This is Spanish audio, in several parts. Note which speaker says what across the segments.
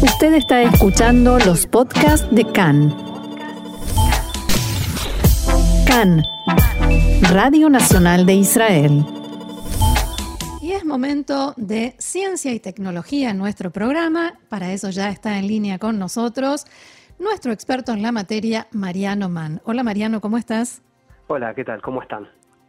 Speaker 1: Usted está escuchando los podcasts de CAN. CAN, Radio Nacional de Israel. Y es momento de ciencia y tecnología en nuestro programa. Para eso ya está en línea con nosotros nuestro experto en la materia, Mariano Mann. Hola Mariano, ¿cómo estás?
Speaker 2: Hola, ¿qué tal? ¿Cómo están?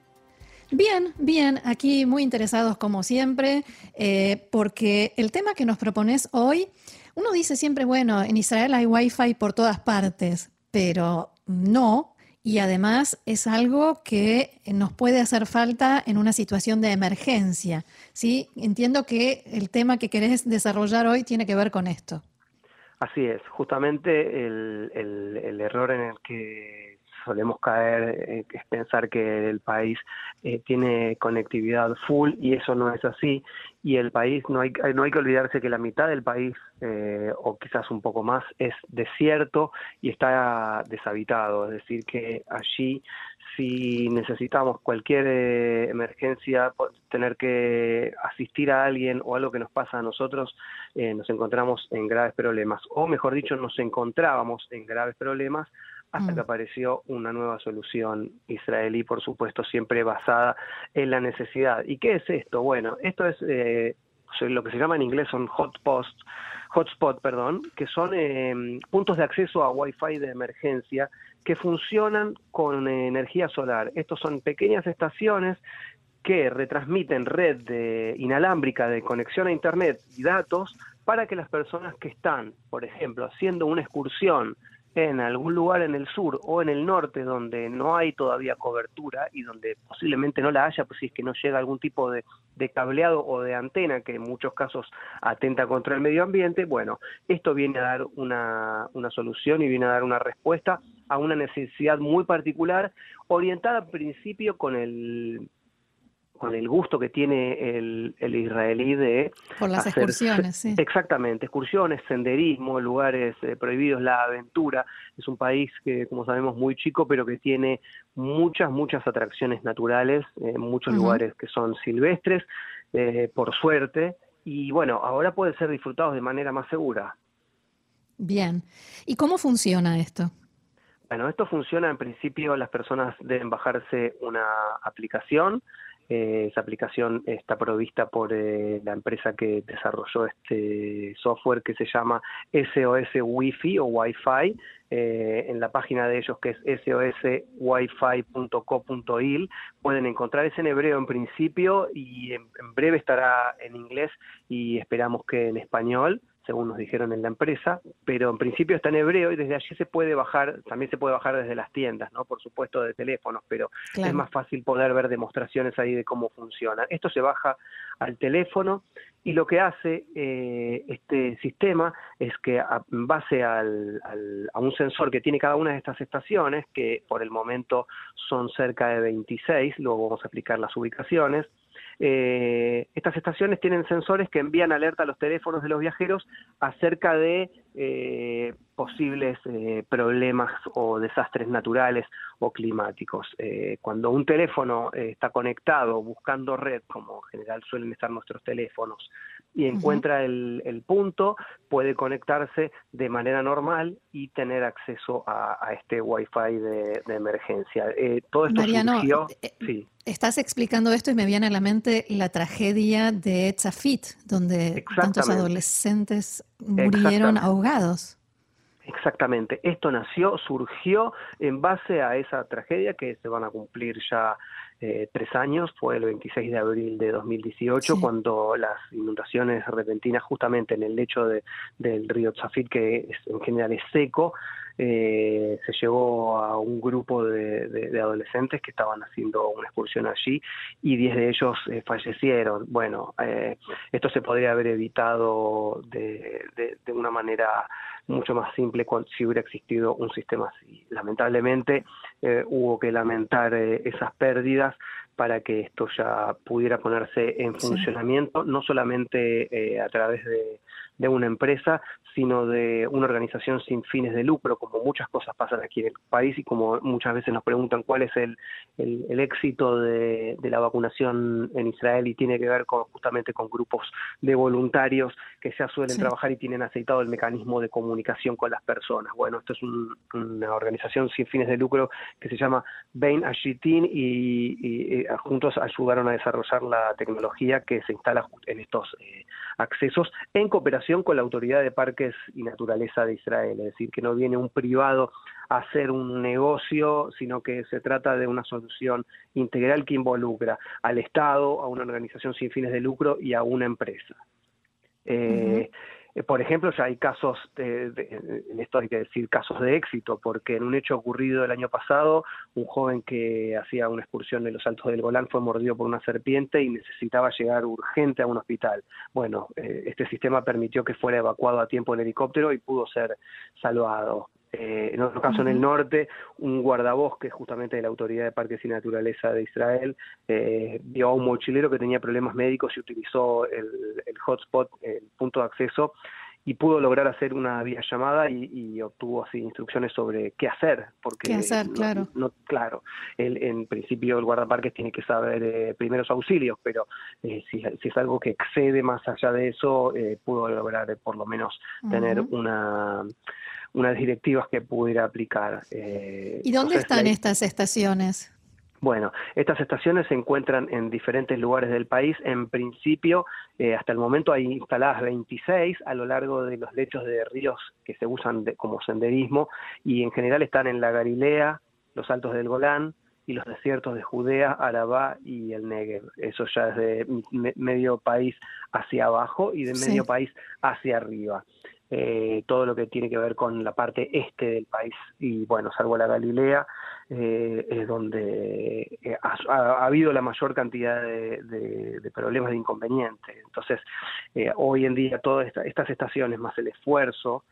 Speaker 1: Bien, aquí muy interesados como siempre, porque el tema que nos propones hoy, uno dice siempre, bueno, en Israel hay Wi-Fi por todas partes, pero no, y además es algo que nos puede hacer falta en una situación de emergencia, ¿sí? Entiendo que el tema que querés desarrollar hoy tiene que ver con esto.
Speaker 2: Así es, justamente el error en el que solemos caer es pensar que el país tiene conectividad full y eso no es así. Y el país, no hay que olvidarse que la mitad del país, o quizás un poco más, es desierto y está deshabitado. Es decir, que allí, si necesitamos cualquier emergencia, tener que asistir a alguien o algo que nos pasa a nosotros, nos encontramos en graves problemas. O mejor dicho, nos encontrábamos en graves problemas hasta que apareció una nueva solución israelí, por supuesto, siempre basada en la necesidad. ¿Y qué es esto? Bueno, esto es lo que se llama en inglés son hotspot, que son puntos de acceso a Wi-Fi de emergencia que funcionan con energía solar. Estos son pequeñas estaciones que retransmiten red inalámbrica de conexión a Internet y datos para que las personas que están, por ejemplo, haciendo una excursión en algún lugar en el sur o en el norte donde no hay todavía cobertura y donde posiblemente no la haya, pues si es que no llega algún tipo de cableado o de antena que en muchos casos atenta contra el medio ambiente, bueno, esto viene a dar una solución y viene a dar una respuesta a una necesidad muy particular, orientada al principio con el gusto que tiene el israelí de
Speaker 1: por las
Speaker 2: hacer,
Speaker 1: excursiones, sí.
Speaker 2: Exactamente, excursiones, senderismo, lugares prohibidos, la aventura. Es un país que, como sabemos, muy chico, pero que tiene muchas atracciones naturales, muchos lugares que son silvestres, por suerte, y bueno, ahora pueden ser disfrutados de manera más segura.
Speaker 1: Bien. ¿Y cómo funciona esto?
Speaker 2: Bueno, esto funciona en principio, las personas deben bajarse una aplicación. Esa aplicación está provista por la empresa que desarrolló este software que se llama SOS Wi-Fi o Wi-Fi. En la página de ellos, que es soswifi.co.il, pueden encontrar, es en hebreo en principio y en breve estará en inglés y esperamos que en español, según nos dijeron en la empresa, pero en principio está en hebreo y desde allí se puede bajar, también se puede bajar desde las tiendas, ¿no? Por supuesto de teléfonos, pero claro, es más fácil poder ver demostraciones ahí de cómo funciona. Esto se baja al teléfono y lo que hace este sistema es que en base a un sensor que tiene cada una de estas estaciones, que por el momento son cerca de 26, luego vamos a explicar las ubicaciones. Estas estaciones tienen sensores que envían alerta a los teléfonos de los viajeros acerca de posibles problemas o desastres naturales o climáticos. Cuando un teléfono está conectado buscando red, como en general suelen estar nuestros teléfonos, y encuentra el punto, puede conectarse de manera normal y tener acceso a este Wi-Fi de emergencia. Todo esto
Speaker 1: Mariano,
Speaker 2: surgió... Sí.
Speaker 1: Estás explicando esto y me viene a la mente la tragedia de Tzafit, donde tantos adolescentes murieron ahogados.
Speaker 2: Exactamente. Esto surgió en base a esa tragedia que se van a cumplir ya 3 años. Fue el 26 de abril de 2018, sí, cuando las inundaciones repentinas justamente en el lecho del río Tzafit, que en general es seco, se llevó a un grupo de adolescentes que estaban haciendo una excursión allí y 10 de ellos fallecieron. Bueno, esto se podría haber evitado de una manera mucho más simple si hubiera existido un sistema así. Lamentablemente hubo que lamentar esas pérdidas para que esto ya pudiera ponerse en funcionamiento, no solamente a través de de una empresa, sino de una organización sin fines de lucro, como muchas cosas pasan aquí en el país y como muchas veces nos preguntan cuál es el éxito de la vacunación en Israel, y tiene que ver justamente con grupos de voluntarios que ya suelen
Speaker 1: Sí.
Speaker 2: trabajar y tienen aceitado el mecanismo de comunicación con las personas. Bueno, esto es una organización sin fines de lucro que se llama Bain Ashitin y juntos ayudaron a desarrollar la tecnología que se instala en estos accesos en cooperación con la Autoridad de Parques y Naturaleza de Israel, es decir, que no viene un privado a hacer un negocio, sino que se trata de una solución integral que involucra al Estado, a una organización sin fines de lucro y a una empresa.
Speaker 1: Ujú.
Speaker 2: Por ejemplo, ya hay casos, en esto hay que decir casos de éxito, porque en un hecho ocurrido el año pasado, un joven que hacía una excursión en los Altos del Golán fue mordido por una serpiente y necesitaba llegar urgente a un hospital. Bueno, este sistema permitió que fuera evacuado a tiempo en helicóptero y pudo ser salvado. En otro caso, en el
Speaker 1: Ujú.
Speaker 2: norte, un guardabosques justamente de la Autoridad de Parques y Naturaleza de Israel vio a un mochilero que tenía problemas médicos y utilizó el hotspot, el punto de acceso, y pudo lograr hacer una videollamada y obtuvo así instrucciones sobre qué hacer,
Speaker 1: ¿Qué
Speaker 2: porque
Speaker 1: hacer? Claro.
Speaker 2: claro, en principio el guardaparques tiene que saber primeros auxilios, pero si es algo que excede más allá de eso, pudo lograr por lo menos tener
Speaker 1: Ujú.
Speaker 2: unas directivas que pudiera aplicar.
Speaker 1: ¿Y dónde
Speaker 2: Entonces,
Speaker 1: están estas estaciones?
Speaker 2: bueno, estas estaciones se encuentran en diferentes lugares del país. En principio, hasta el momento hay instaladas 26 a lo largo de los lechos de ríos que se usan como senderismo, y en general están en la Galilea, los Altos del Golán y los desiertos de Judea, Arabá y el Negev. Eso ya es de medio país hacia abajo y de medio
Speaker 1: Sí.
Speaker 2: país hacia arriba. Todo lo que tiene que ver con la parte este del país, y bueno, salvo la Galilea, es donde ha habido la mayor cantidad de problemas, de inconvenientes. Entonces, hoy en día todas estas estaciones, más el esfuerzo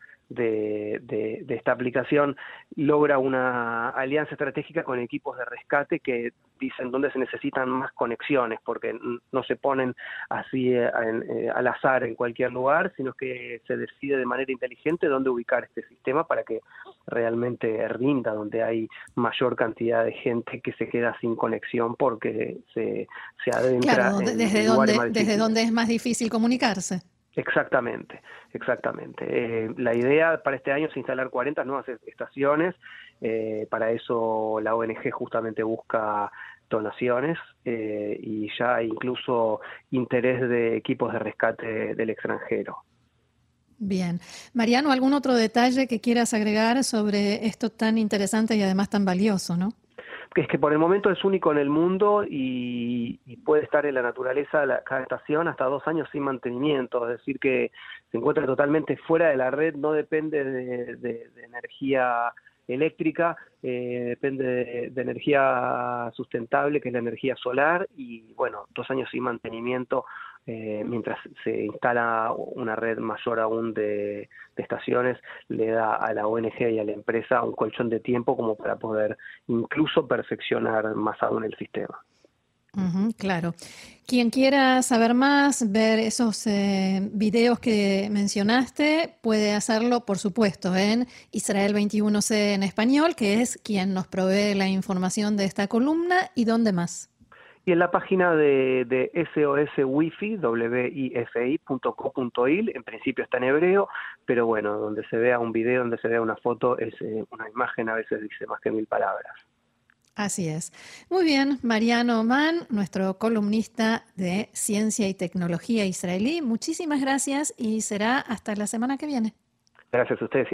Speaker 2: de esta aplicación, logra una alianza estratégica con equipos de rescate que dicen dónde se necesitan más conexiones, porque no se ponen así al azar en cualquier lugar, sino que se decide de manera inteligente dónde ubicar este sistema para que realmente rinda, donde hay mayor cantidad de gente que se queda sin conexión porque se adentra
Speaker 1: Claro,
Speaker 2: en lugares más
Speaker 1: desde
Speaker 2: difíciles.
Speaker 1: donde es más difícil comunicarse.
Speaker 2: Exactamente, exactamente. La idea para este año es instalar 40 nuevas estaciones. Para eso la ONG justamente busca donaciones, y ya hay incluso interés de equipos de rescate del extranjero.
Speaker 1: Bien. Mariano, ¿algún otro detalle que quieras agregar sobre esto tan interesante y además tan valioso, no?
Speaker 2: Que es que por el momento es único en el mundo y puede estar en la naturaleza cada estación hasta 2 años sin mantenimiento, es decir, que se encuentra totalmente fuera de la red, no depende de energía eléctrica, depende de energía sustentable, que es la energía solar, y bueno, 2 años sin mantenimiento, mientras se instala una red mayor aún de estaciones, le da a la ONG y a la empresa un colchón de tiempo como para poder incluso perfeccionar más aún el sistema.
Speaker 1: Ujú, claro. Quien quiera saber más, ver esos videos que mencionaste, puede hacerlo, por supuesto, en Israel 21C en español, que es quien nos provee la información de esta columna, y dónde más.
Speaker 2: Y en la página de SOS Wi-Fi, wifi.co.il, en principio está en hebreo, pero bueno, donde se vea un video, donde se vea una foto, es una imagen, a veces dice más que 1000 palabras.
Speaker 1: Así es. Muy bien, Mariano Mann, nuestro columnista de ciencia y tecnología israelí. Muchísimas gracias y será hasta la semana que viene.
Speaker 2: Gracias a ustedes.